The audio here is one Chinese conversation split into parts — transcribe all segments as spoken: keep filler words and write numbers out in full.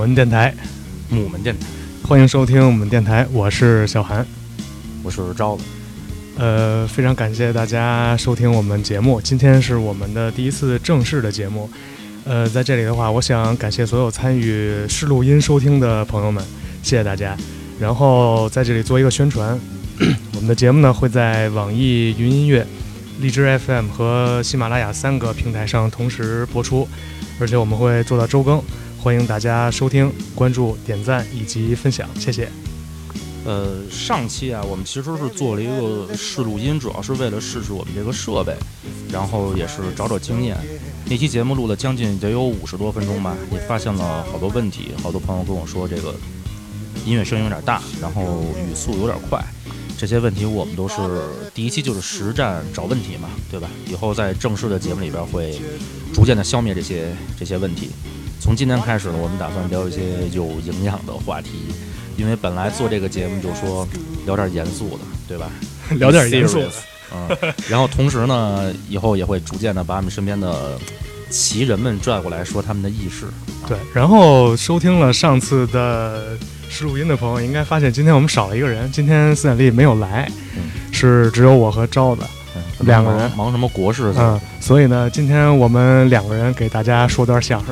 门电台， 母门电台， 欢迎收听我们电台，我是小韩， 我是招子。 呃，非常感谢大家收听我们节目，今天是我们的第一次正式的节目。呃，在这里的话，我想感谢所有参与试录音收听的朋友们，谢谢大家。然后在这里做一个宣传，我们的节目呢会在网易云音乐、荔枝 F M 和喜马拉雅三个平台上同时播出，而且我们会做到周更，欢迎大家收听、关注、点赞以及分享，谢谢。 呃，上期啊，我们其实是做了一个试录音，主要是为了试试我们这个设备，然后也是找找经验。那期节目录了将近得有五十多分钟吧，也发现了好多问题，好多朋友跟我说这个音乐声音有点大，然后语速有点快，这些问题我们都是第一期就是实战找问题嘛，对吧？以后在正式的节目里边会逐渐的消灭这些这些问题。从今天开始呢，我们打算聊一些有营养的话题，因为本来做这个节目就说聊点严肃的，对吧？ 聊点严肃的， 嗯。然后同时呢，以后也会逐渐的把我们身边的奇人们拽过来说他们的轶事。 对，然后收听了上次的试录音的朋友应该发现今天我们少了一个人，今天斯坦利没有来， 嗯、 是只有我和招子、嗯、两个人忙，忙什么国事？ 嗯，所以呢，今天我们两个人给大家说段相声。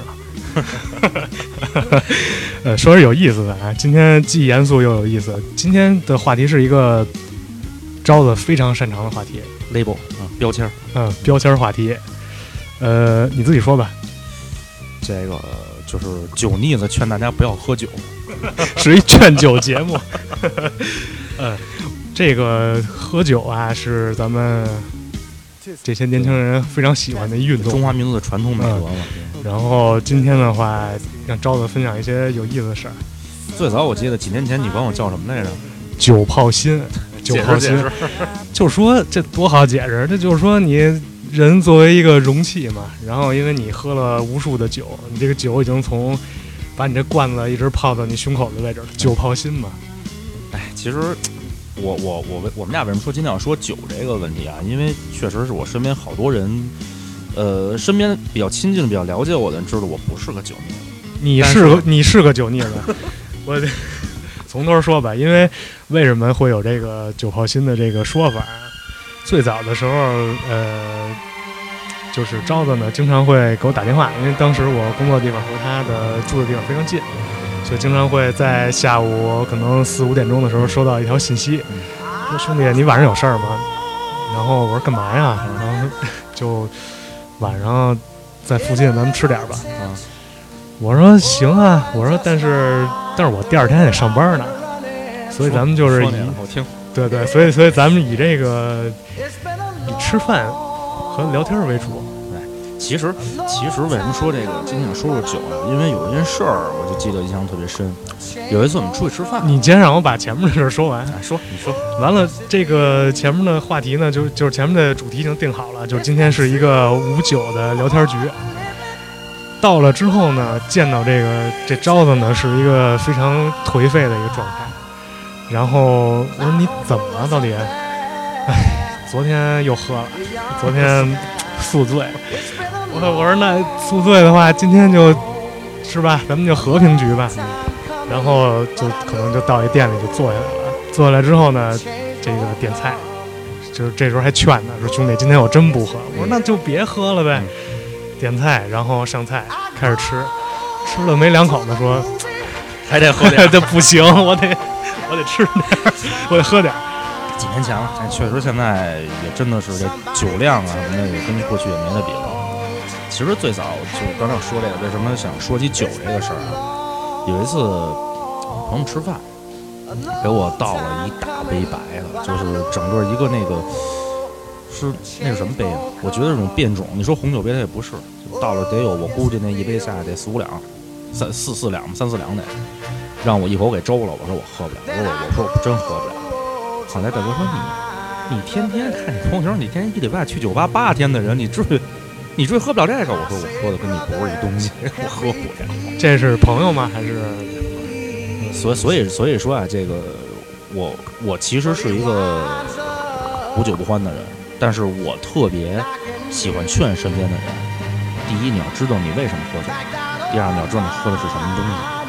呃，说是有意思的啊，今天既严肃又有意思。今天的话题是一个招子非常擅长的话题 ，label 啊，标签， 嗯，标签话题。呃，你自己说吧。 这个就是酒腻子劝大家不要喝酒， 是一劝酒节目。呃，这个喝酒啊，是咱们这些年轻人非常喜欢的运动， 中华民族的传统美德嘛。 嗯然后今天的话，让招子分享一些有意思的事儿。 最早我记得几年前你管我叫什么来着？ 酒泡心，酒泡心，就说这多好解释，这就是说你人作为一个容器嘛，然后因为你喝了无数的酒，你这个酒已经从把你这罐子一直泡到你胸口的位置了，酒泡心嘛。 哎，其实我我我我们俩为什么说今天要说酒这个问题啊？因为确实是我身边好多人。呃，身边比较亲近、比较了解我的人知道我不是个酒腻子。 你是个你是个酒腻子，我从头说吧。因为为什么会有这个酒泡心的这个说法？最早的时候，呃，就是招子呢经常会给我打电话，因为当时我工作的地方和他的住的地方非常近，所以经常会在下午可能四五点钟的时候收到一条信息，说兄弟，你晚上有事儿吗？然后我说干嘛呀？然后就。晚上在附近咱们吃点吧。 啊， 我说行啊，我说但是但是我第二天还得上班呢，所以咱们就是以我听对对，所以所以咱们以这个以吃饭和聊天为主。 其实其实为什么说这个今天想说说酒啊？因为有一件事儿我就记得印象特别深。有一次我们出去吃饭， 你先让我把前面的事说完。 哎，说你说完了，这个前面的话题呢，就就是前面的主题已经定好了，就是今天是一个无酒的聊天局。到了之后呢，见到这个这招子呢是一个非常颓废的一个状态。然后我说你怎么了？到底？哎，昨天又喝了，昨天宿醉。我我说那宿醉的话，今天就是吧，咱们就和平局吧。然后就可能就到一店里就坐下来了。坐下来之后呢，这个点菜，就是这时候还劝他说：“兄弟，今天我真不喝。”我说：“那就别喝了呗。”点菜，然后上菜，开始吃，吃了没两口呢，说：“ 还得喝点。” 这不行，我得我得吃点，我得喝点。 几年前了，确实现在也真的是这酒量啊什么的，也跟过去也没得比了。其实最早就刚才说这个，为什么想说起酒这个事儿啊？有一次朋友吃饭，给我倒了一大杯白的，就是整个一个那个是那是什么杯啊？我觉得这种变种，你说红酒杯它也不是，就倒了得有我估计那一杯下来得四五两，三四四两三四两得，让我一口给周了。我说我喝不了，我说我我说我真喝不了。后来大哥说你你天天看你朋友圈，你天天一礼拜去酒吧八天的人，你至于你至于喝不了这个？我说我喝的跟你不是一东西，我喝不了。 这是朋友吗？还是？ 所以所以所以说啊，这个我我其实是一个无酒不欢的人，但是我特别喜欢劝身边的人。第一，你要知道你为什么喝酒；第二，你要知道你喝的是什么东西。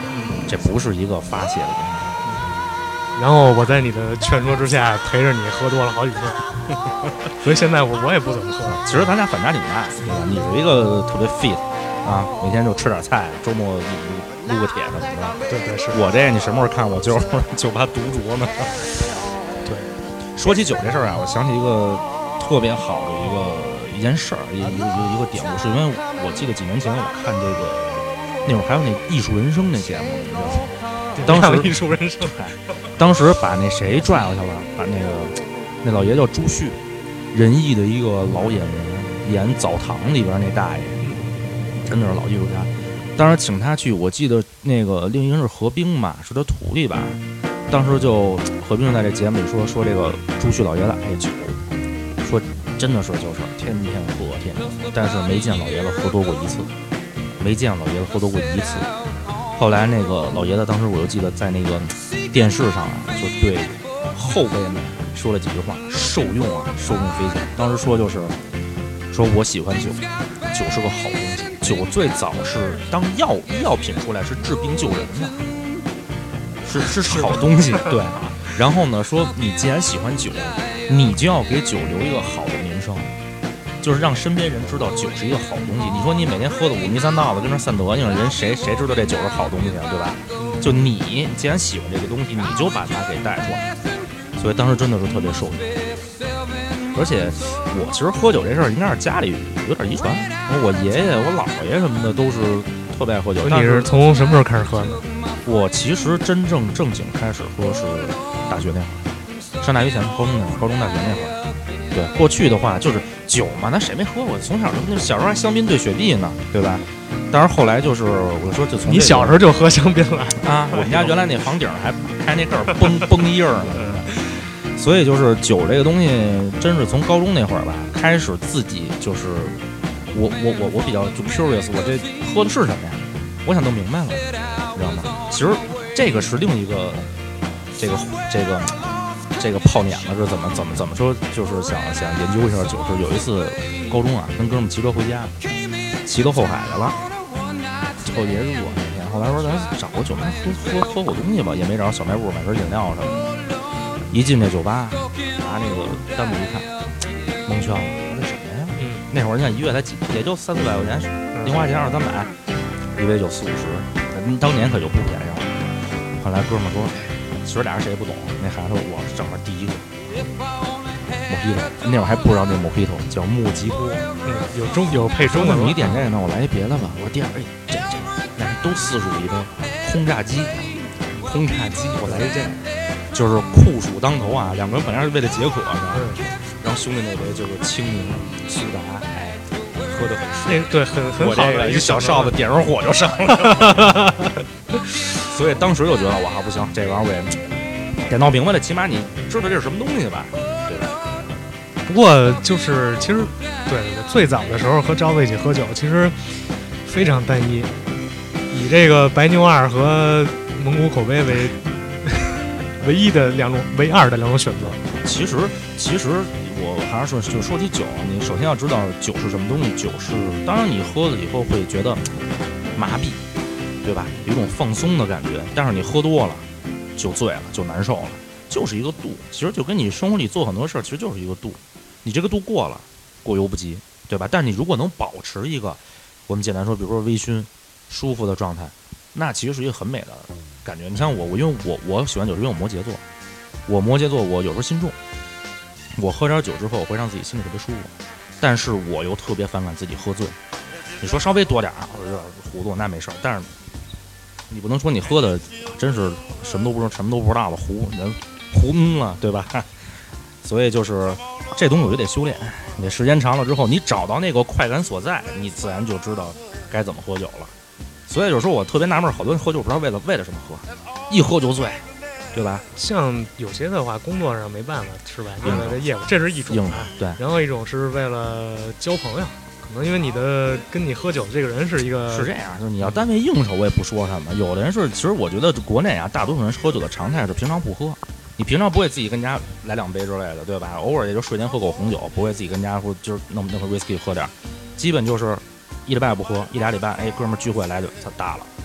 这不是一个发泄的东西。 然后我在你的劝说之下陪着你喝多了好几次，所以现在我我也不怎么喝。 其实咱俩反差挺大，对吧？你是一个特别 fit 啊，每天就吃点菜，周末撸撸个铁什么的。 对对是。 我这你什么时候看我就就把独酌呢？对，说起酒这事儿啊，我想起一个特别好的一个一件事儿，一个一个一个典故，是因为我记得几年前我看这个那会儿还有那艺术人生那节目，你知道吗？当时艺术人生， 当时把那谁拽过去了，把那个那老爷叫朱旭，仁义的一个老演员，演《澡堂》里边那大爷，真的是老艺术家。当时请他去，我记得那个另一个人是何冰嘛，是他徒弟吧。当时就何冰在这节目里说说这个朱旭老爷子爱酒，说真的是就是天天喝天天喝，但是没见老爷子喝多过一次，没见老爷子喝多过一次。后来那个老爷子当时我就记得在那个电视上啊，就对后辈们说了几句话，受用啊，受用非常。当时说就是说我喜欢酒，酒是个好东西，酒最早是当药医药品出来是治病救人的，是是好东西。对，然后呢说你既然喜欢酒，你就要给酒留一个好的名声。就是让身边人知道酒是一个好东西。你说你每天喝的五迷三道的，跟那散德性，人谁谁知道这酒是好东西啊，对吧？就你既然喜欢这个东西，你就把它给带出来。所以当时真的是特别受用。而且我其实喝酒这事儿应该是家里有点遗传，我爷爷、我姥爷什么的都是特别爱喝酒。 你是从什么时候开始喝的？ 我其实真正正经开始喝是大学那会儿，上大学前，高中那会儿，高中大学那会儿。对，过去的话就是酒嘛，那谁没喝过？从小那小时候还香槟兑雪碧呢，对吧？但是后来就是我说就从、这个、 你小时候就喝香槟了啊？我们家原来那房顶还开那盖儿崩崩印儿呢，所以就是酒这个东西，真是从高中那会儿吧开始自己就是我我我我比较就 curious， 我这喝的是什么呀？我想弄明白了，你知道吗？其实这个是另一个这个这个。这个泡碾子是怎么怎么怎么说？就是想想研究一下酒。是有一次高中啊，跟哥们骑车回家，骑到后海来了，特别热那天。后来说咱找个酒吧喝喝喝口东西吧，也没找小卖部买根饮料什么的。一进这酒吧，拿那个单目一看，蒙圈了，这什么呀？嗯，那会儿你看一月才几，也就三四百块钱，零花钱二三百，一杯酒四五十，当年可就不便宜了。后来哥们说。其实俩人谁也不懂，那孩子我是整了第一个莫希头，那会儿还不知道那莫希头叫莫吉波， 嗯，有中有配中的。 你点这个呢，我来一别的吧。我第二，哎，这这那都四十五一杯，轰炸机，轰炸机，我来一这，就是酷暑当头啊，两个人本来是为了解渴的，然后兄弟那杯就是青柠苏打，哎，喝得很顺， 对，很很好的一个小哨子点上火就上了。所以当时就觉得哇不行，这玩意儿我也点到明白了，起码你知道这是什么东西吧，对吧？ 不过就是其实对最早的时候和招子一起喝酒，其实非常单一，以这个白牛二和蒙古口碑为唯一的两种、唯二的两种选择。 其实其实我还是说，就说起酒，你首先要知道酒是什么东西。酒是当然你喝了以后会觉得麻痹。对吧？有一种放松的感觉，但是你喝多了就醉了，就难受了，就是一个度。其实就跟你生活里做很多事儿，其实就是一个度。你这个度过了，过犹不及，对吧？但是你如果能保持一个，我们简单说，比如说微醺、舒服的状态，那其实是一个很美的感觉。你像我，我因为我我喜欢酒，是因为我摩羯座，我摩羯座，我有时候心重，我喝点酒之后，我会让自己心里特别舒服，但是我又特别反感自己喝醉。你说稍微多点啊，或者有点糊涂，那没事儿，但是。你不能说你喝的真是什么都不知道，什么都不知道了，糊人糊懵了，对吧？所以就是这东西我就得修炼，你时间长了之后，你找到那个快感所在，你自然就知道该怎么喝酒了。所以有时候我特别纳闷，好多人喝酒不知道为了为了什么喝，一喝就醉，对吧？ 像有些的话，工作上没办法是吧？为了这业务，这是一种啊， 对。 然后一种是为了交朋友。可能因为你的跟你喝酒的这个人是一个是这样，就是你要单位应酬，我也不说什么。有的人是，其实我觉得国内啊，大多数人喝酒的常态是平常不喝。你平常不会自己跟家来两杯之类的，对吧？偶尔也就睡前喝口红酒，不会自己跟家或就是弄弄个 whisky 喝点，基本就是一礼拜不喝，一俩礼拜，哎，哥们儿聚会来就他大了。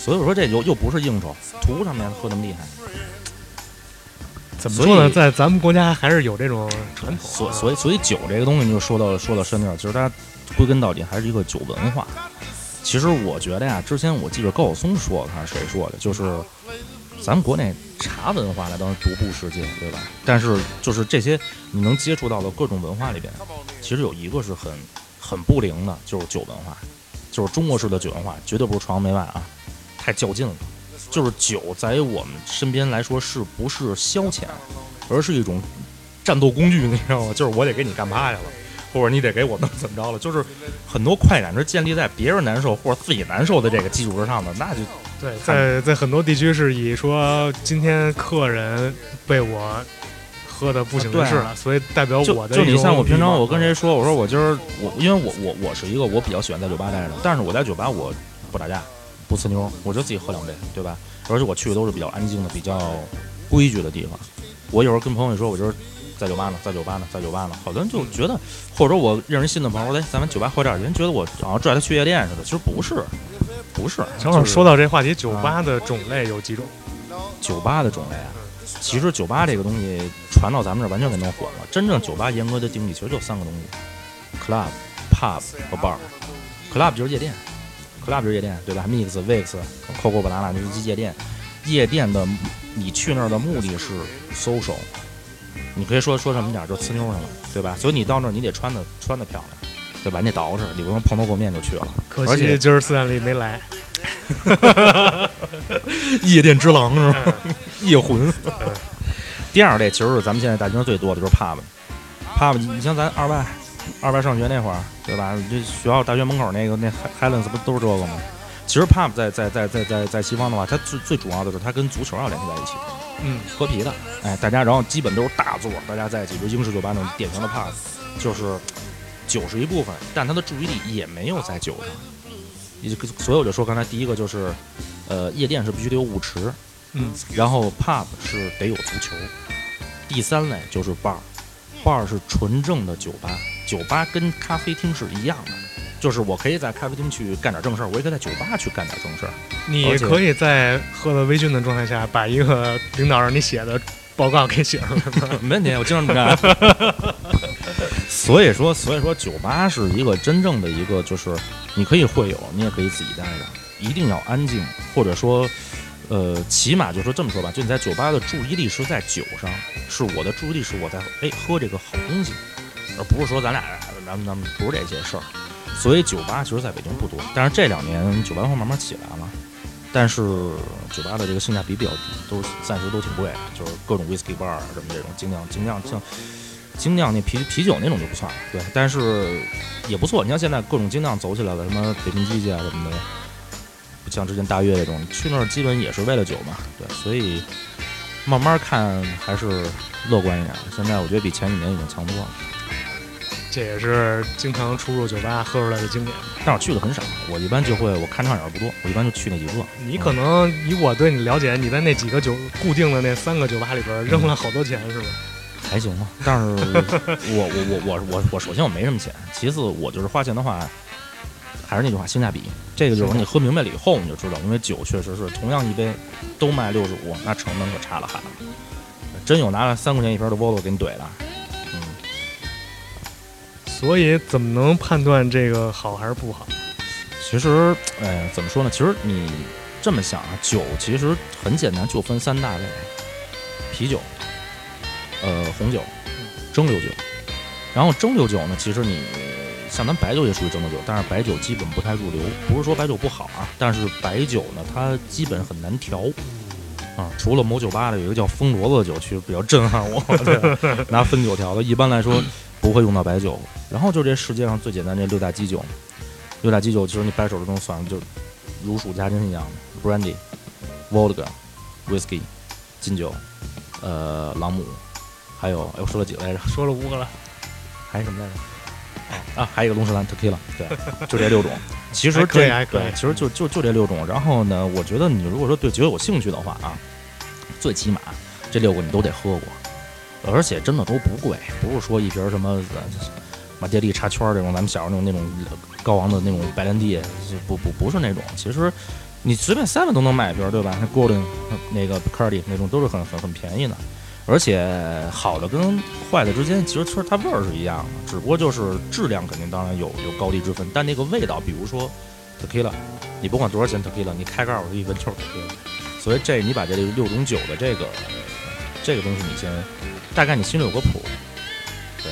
所以我说这又又不是应酬，图上面喝那么厉害。 怎么说呢，在咱们国家还是有这种传统， 所以所以所以酒这个东西就说到说到深了，其实它归根到底还是一个酒文化。其实我觉得呀，之前我记得高晓松说的还是谁说的，就是咱们国内茶文化那当然独步世界，对吧？但是就是这些你能接触到的各种文化里边，其实有一个是很很不灵的，就是酒文化，就是中国式的酒文化，绝对不是崇洋媚外啊，太较劲了。就是酒在于我们身边来说，是不是消遣，而是一种战斗工具，你知道吗？就是我得给你干趴下了，或者你得给我弄怎么着了，就是很多快感是建立在别人难受或者自己难受的这个基础之上的，那就对，在在很多地区是以说今天客人被我喝的不省人事了，所以代表我的就就你像我平常我跟谁说，我说我今儿我因为我我我是一个我比较喜欢在酒吧待着，但是我在酒吧我不打架。不呲妞，我就自己喝两杯，对吧？而且我去的都是比较安静的、比较规矩的地方。我有时候跟朋友说，我就是在酒吧呢，在酒吧呢，在酒吧呢，好多人就觉得，或者说我认识新的朋友，说哎，咱们酒吧喝点，人觉得我好像拽他去夜店似的，其实不是，不是。 正好说到这话题，酒吧的种类有几种？ 酒吧的种类啊，其实酒吧这个东西传到咱们这儿完全给弄混了。真正酒吧严格的定义其实就三个东西 ：club、pub 和 bar。club 就是夜店。club 就是夜店，对吧 ？Mix、Vix、Coco Banana 就是夜店。夜店的，你去那儿的目的是 social， 你可以说说什么点，就呲妞去了，对吧？所以你到那儿你得穿的穿的漂亮，对吧？你得捯饬，你不能蓬头垢面就去了。 可惜今儿斯坦利没来。 夜店之狼是吧？夜魂。第二类其实是咱们现在大京最多的就是 pub，pub 你像咱二外。二外上学那会儿，对吧？这学校大学门口那个那 Highlands 不都是这个吗？其实 pub 在在在在在在西方的话，它最最主要的是它跟足球要联系在一起， 嗯， 合皮的，哎，大家然后基本都是大座，大家在一起，比如英式酒吧那种典型的 pub， 就是酒是一部分，但他的注意力也没有在酒上。所以我就说刚才第一个就是，呃，夜店是必须得有舞池， 嗯， 然后 pub 是得有足球，第三类就是 bar。bar 是纯正的酒吧，酒吧跟咖啡厅是一样的，就是我可以在咖啡厅去干点正事儿，我也可以在酒吧去干点正事儿。 你可以在喝了微醺的状态下，把一个领导让你写的报告给写出来吗？ 没问题，我经常这么干。所以说，所以说，酒吧是一个真正的一个，就是你可以会友，你也可以自己待着，一定要安静，或者说。呃，起码就是这么说吧，就你在酒吧的注意力是在酒上，是我的注意力是我在哎喝这个好东西，而不是说咱俩咱们咱们不是这些事儿。所以酒吧其实在北京不多，但是这两年酒吧会慢慢起来了，但是酒吧的这个性价比比较低，都暂时都挺贵，就是各种 whisky bar 什么这种精酿精酿像精酿那啤啤酒那种就不算了，对，但是也不错。你像现在各种精酿走起来了，什么北平机器啊什么的。像之前大悦这种去那儿基本也是为了酒嘛，对，所以慢慢看还是乐观一点。现在我觉得比前几年已经强多了。 这也是经常出入酒吧喝出来的经典。 但我去的很少，我一般就会我看场也不多，我一般就去那几个。 你可能以我对你了解，你在那几个酒固定的那三个酒吧里边扔了好多钱，是吧？ 还行吧，但是我我我我我我首先我没什么钱，其次我就是花钱的话。还是那句话，性价比，这个就是你喝明白了以后你就知道，因为酒确实是同样一杯都卖六十五，那成本可差了海了。真有拿了三块钱一瓶的 Volo 给你怼了，嗯。 所以怎么能判断这个好还是不好？ 其实，哎，怎么说呢？其实你这么想啊，酒其实很简单，就分三大类：啤酒、呃红酒、蒸馏酒。然后蒸馏酒呢，其实你。像咱白酒也属于蒸馏酒，但是白酒基本不太入流。不是说白酒不好啊，但是白酒呢，它基本很难调啊。除了某酒吧的有一个叫风骡子的酒，其实比较震撼我，拿汾酒调的。一般来说不会用到白酒。然后就这世界上最简单这六大基酒，六大基酒其实你掰手都能算，就如数家珍一样的 ：brandy、vodka、whisky、金酒、呃朗姆，还有哎我说了几个来着？ 说了五个了， 还有什么来着？啊，还有一个龙舌兰 tequila， 对，就这六种。其实这对， 其实就就就这六种。然后呢，我觉得你如果说对酒有兴趣的话啊，最起码这六个你都得喝过，而且真的都不贵，不是说一瓶什么马爹利插圈这种，咱们小时候那种那种高昂的那种白兰地，不不不是那种。其实你随便 seven 都能买一瓶，对吧？那 Golden 那个 Bacardi 那种都是很很很便宜的，而且好的跟坏的之间，其实其实它味儿是一样的，只不过就是质量肯定当然有有高低之分，但那个味道，比如说 Tequila， 你甭管多少钱 Tequila， 你开盖儿我一闻就是 Tequila， 所以这你把这六种酒的这个这个东西你先大概你心里有个谱，对。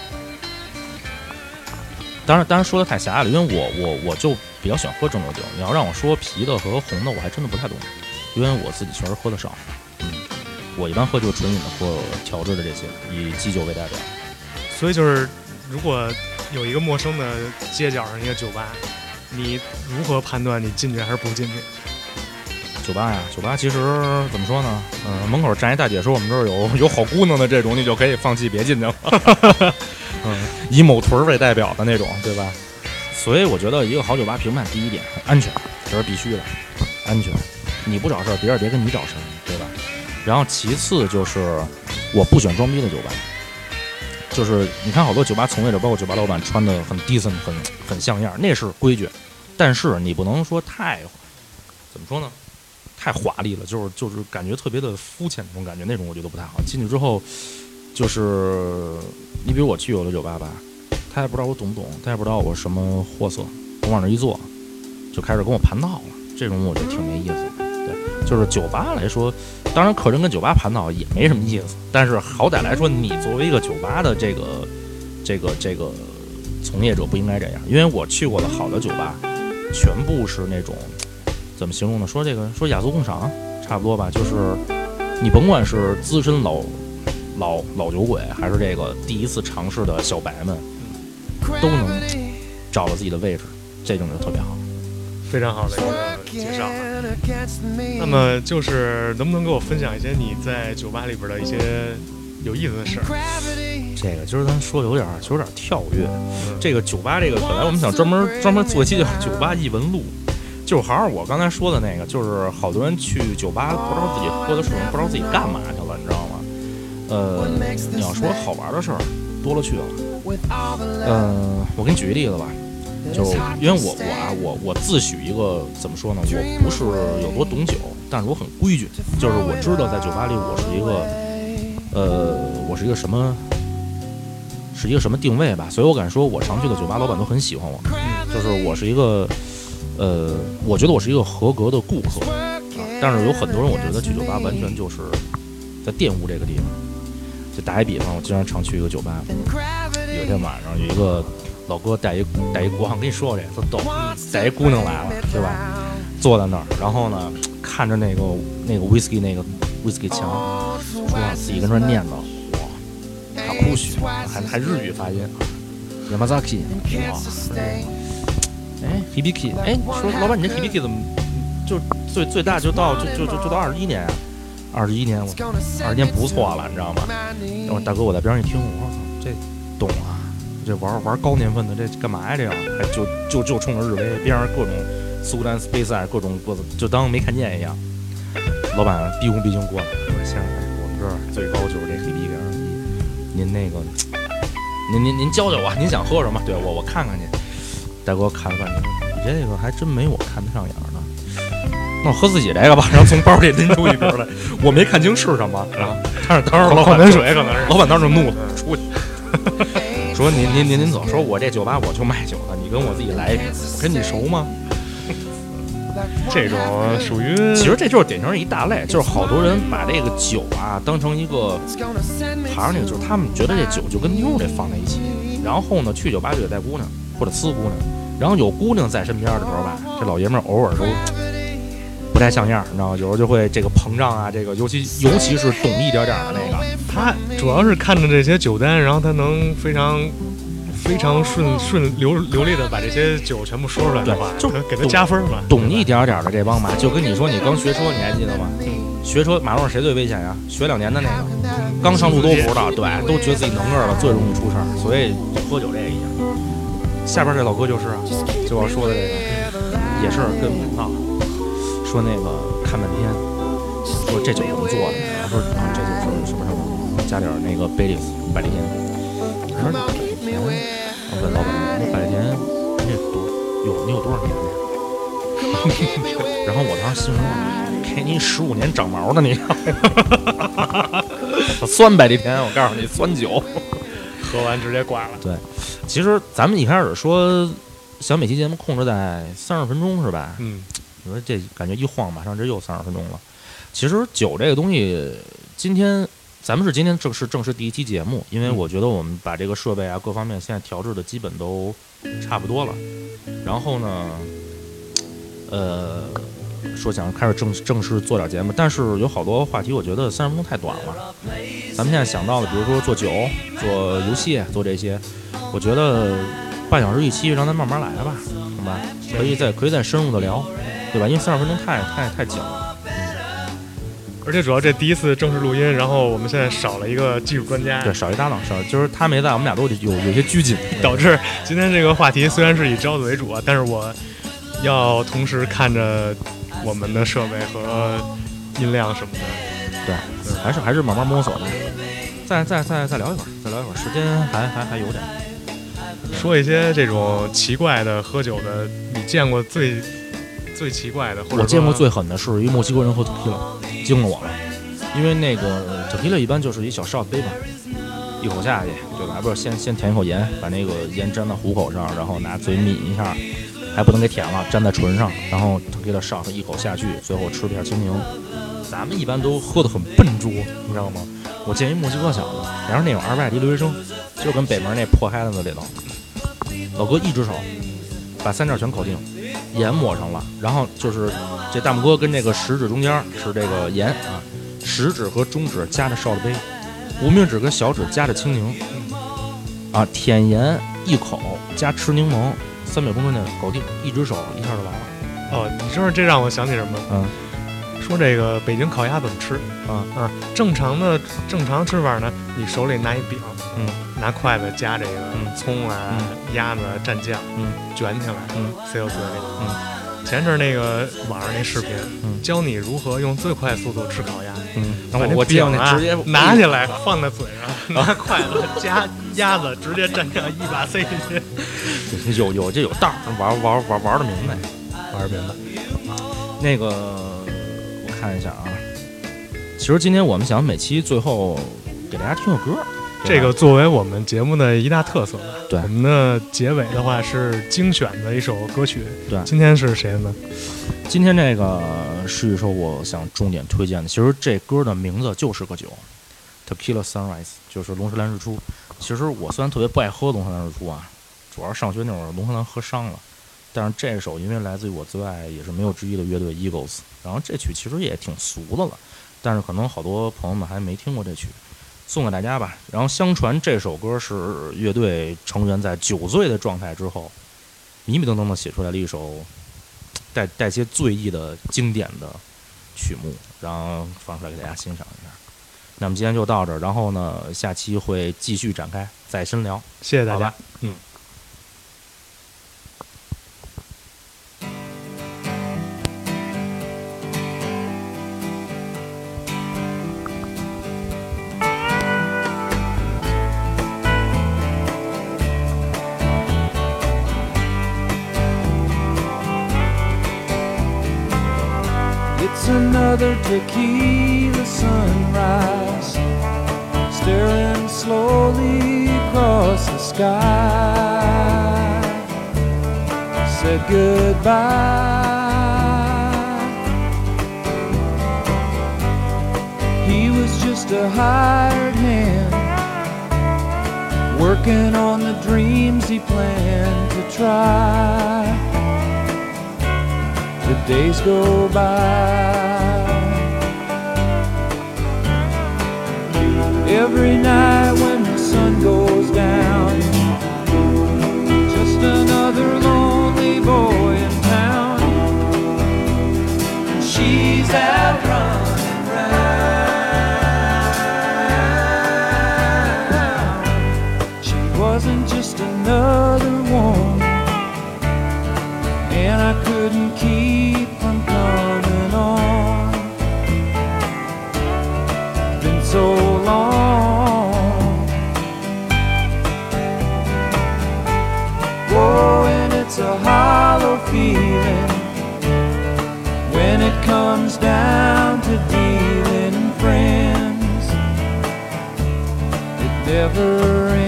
当然，当然说的太狭隘了，因为我我我就比较喜欢喝蒸馏酒。你要让我说啤的和红的，我还真的不太懂，因为我自己确实喝的少。嗯，我一般喝就是纯饮的或调制的这些，以基酒为代表。 所以就是，如果有一个陌生的街角上一个酒吧，你如何判断你进去还是不进去？ 酒吧呀，酒吧其实怎么说呢？嗯、呃，门口站一大姐说我们这儿有有好姑娘的这种，你就可以放弃别进去了。嗯，以某屯为代表的那种，对吧？所以我觉得一个好酒吧评判第一点安全，这是必须的，安全。你不找事儿，别人别跟你找事儿，对吧？然后其次就是我不选装逼的酒吧，就是你看好多酒吧从业者，包括酒吧老板穿的很 decent， 很很像样，那是规矩，但是你不能说太怎么说呢？太华丽了，就是就是感觉特别的肤浅那种感觉，那种我觉得不太好。进去之后，就是你比如我去有的酒吧吧，他也不知道我懂不懂，他也不知道我什么货色，我往那一坐，就开始跟我盘道了，这种我觉得挺没意思的。对，就是酒吧来说，当然客人跟酒吧盘道也没什么意思，但是好歹来说，你作为一个酒吧的这个这个这个从业者不应该这样，因为我去过的好的酒吧，全部是那种。怎么形容呢？说这个说雅俗共赏，差不多吧。就是你甭管是资深老老老酒鬼，还是这个第一次尝试的小白们，都能找到自己的位置，这种就特别好， 非常好的一个介绍。那么就是能不能给我分享一些你在酒吧里边的一些有意思的事儿？ 这个今儿咱说的有点有点跳跃。嗯、这个酒吧这个本来我们想专门专门做一期叫《酒吧异闻录》。就好像我刚才说的那个，就是好多人去酒吧不知道自己喝的是什么，不知道自己干嘛去了，你知道吗？呃，你要说好玩的事儿多了去了。呃，我给你举个例子吧，就因为我我啊我我自诩一个怎么说呢？我不是有多懂酒，但是我很规矩，就是我知道在酒吧里我是一个呃我是一个什么是一个什么定位吧，所以我敢说我常去的酒吧老板都很喜欢我，就是我是一个。呃，我觉得我是一个合格的顾客啊，但是有很多人我觉得去酒吧完全就是在玷污这个地方。就打一比方，我经常常去一个酒吧，有一天晚上有一个老哥带一带一光，跟你说过这个，特逗，带一姑娘来了，对吧？坐在那儿，然后呢，看着那个那个 whisky 那个 whisky 墙，说自己跟那念叨，哇，卡库许，还还日语发音 ，Yamazaki， 哇。哎 ，Hibiki， 哎，说老板，你这 Hibiki 怎么就最最大就到就就就就到二十一年，二十一年，我二十年不错了，你知道吗？然后大哥我在边上一听，我操，这懂啊，这玩玩高年份的这干嘛呀？这样还就就就冲着日威边上各种苏丹 Space 各种鸽子，就当没看见一样。老板毕恭毕敬过来，我说先生，我们这儿最高就是这 Hibiki 二十一，您那个，您您您教教我，您想喝什么？对我我看看去。大哥看了半天，你这个还真没我看得上眼呢。那我喝自己这个吧，然后从包里拎出一瓶来，我没看清是什么，然后但是当时老板矿泉水可能是， 老板当时就怒了，出去说您您您您走，说我这酒吧我就卖酒的，你跟我自己来一瓶，我跟你熟吗？ 这种属于， 其实这就是典型的一大类，就是好多人把这个酒啊当成一个，还是那个，就是他们觉得这酒就跟妞这放在一起，然后呢去酒吧就得带姑娘或者呲姑娘。然后有姑娘在身边的时候吧，这老爷们儿偶尔都不太像样，你知道吗？有时候就会这个膨胀啊，这个尤其尤其是懂一点点的那个， 他主要是看着这些酒单，然后他能非常非常顺顺流流利的把这些酒全部说出来的话，就给他加分嘛。 懂一点点的这帮嘛，就跟你说，你刚学车，你还记得吗？学车马路上谁最危险呀？学两年的那个，刚上路都不知道，对，都觉得自己能个儿了，最容易出事儿。所以喝酒这个一样。下边这老哥就是啊，就我说的这个，也是跟我闹，说那个看半天，说这酒怎么做的？然后说啊，这就是什么什么，加点那个贝利斯百利甜。我说百利甜，我问老板，那百利甜你多有你有多少年的？ 然后我当时心说，给你十五年长毛的你，酸呗这天，我告诉你酸酒， 喝完直接挂了。 对，其实咱们一开始说想每期节目控制在三十分钟是吧？ 嗯， 你说这感觉一晃，马上这又三十分钟了。其实酒这个东西，今天咱们是今天正式正式第一期节目，因为我觉得我们把这个设备啊各方面现在调制的基本都差不多了。然后呢，呃，说想开始正正式做点节目，但是有好多话题，我觉得三十分钟太短了。咱们现在想到的，比如说做酒、做游戏、做这些，我觉得半小时一期，让咱慢慢来吧，好吧？可以再可以再深入的聊，对吧？因为三十分钟太太太紧了。 而且主要这第一次正式录音，然后我们现在少了一个技术专家， 对，少一搭档，少就是他没在，我们俩都有有些拘谨， 导致今天这个话题虽然是以招子为主啊，但是我要同时看着我们的设备和音量什么的。 对，对还是还是慢慢摸索的。再再再再聊一会儿，再聊一会儿，时间还还还有点。 说一些这种奇怪的喝酒的，你见过最最奇怪的，或者我见过最狠的是一墨西哥人喝 tequila， 惊了我了。因为那个 tequila 一般就是一小 shot 杯吧，一口下去，对吧？不是先先舔一口盐，把那个盐沾到虎口上，然后拿嘴抿一下，还不能给舔了，粘在唇上，然后 tequila shot 一口下去，最后吃片青柠。咱们一般都喝得很笨拙，你知道吗？我见一墨西哥小子，然后那种二百的留学生，就跟北门那破孩子里头，老哥一只手把三件全搞定，盐抹上了，然后就是这大拇哥跟这个食指中间是这个盐啊，食指和中指夹着绍的杯，无名指跟小指夹着青柠，啊，舔盐一口加吃柠檬，三秒钟之内搞定，一只手一下就完了。 哦，你知道这让我想起什么？ 嗯。 说这个北京烤鸭怎么吃啊啊？正常的正常吃法呢，你手里拿一饼， 嗯， 拿筷子夹这个葱啊、 嗯、 鸭子蘸酱， 嗯， 卷起来， 嗯， 塞到嘴里， 嗯。 前阵那个网上那视频， 嗯， 教你如何用最快速度吃烤鸭， 嗯， 把那我饼啊直接拿起来放在嘴上，拿筷子夹鸭子，直接蘸酱一把塞进去。 有有这有道玩玩玩玩的明白， 玩的明白。 那个。看一下啊，其实今天我们想每期最后给大家听个歌， 这个作为我们节目的一大特色。 对， 我们的结尾的话是精选的一首歌曲。 对， 今天是谁呢？ 今天这个是一首我想重点推荐的。其实这歌的名字就是个酒 ，Tequila Sunrise， 就是龙舌兰日出。其实我虽然特别不爱喝龙舌兰日出啊，主要上学那会儿龙舌兰喝伤了。但是这首因为来自于我最爱也是没有之一的乐队 Eagles， 然后这曲其实也挺俗的了，但是可能好多朋友们还没听过这曲，送给大家吧。然后相传这首歌是乐队成员在酒醉的状态之后，迷迷瞪瞪的写出来了一首带带些醉意的经典的曲目，然后放出来给大家欣赏一下。那么今天就到这儿，然后呢，下期会继续展开再深聊。 谢谢大家。 嗯。 It's another tequila sunrise, staring slowly across the sky. Said goodbye. He was just a hired hand, working on the dreams he planned to try. The days go by. Every night when the sun goes down, just another lonely boy in town. She's out running round. She wasn't just another woman, and I couldn't keep from coming on. Been so long. Whoa, and it's a hollow feeling down to dealing friends. It never ends.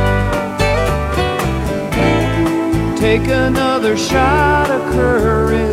Take another shot of courage.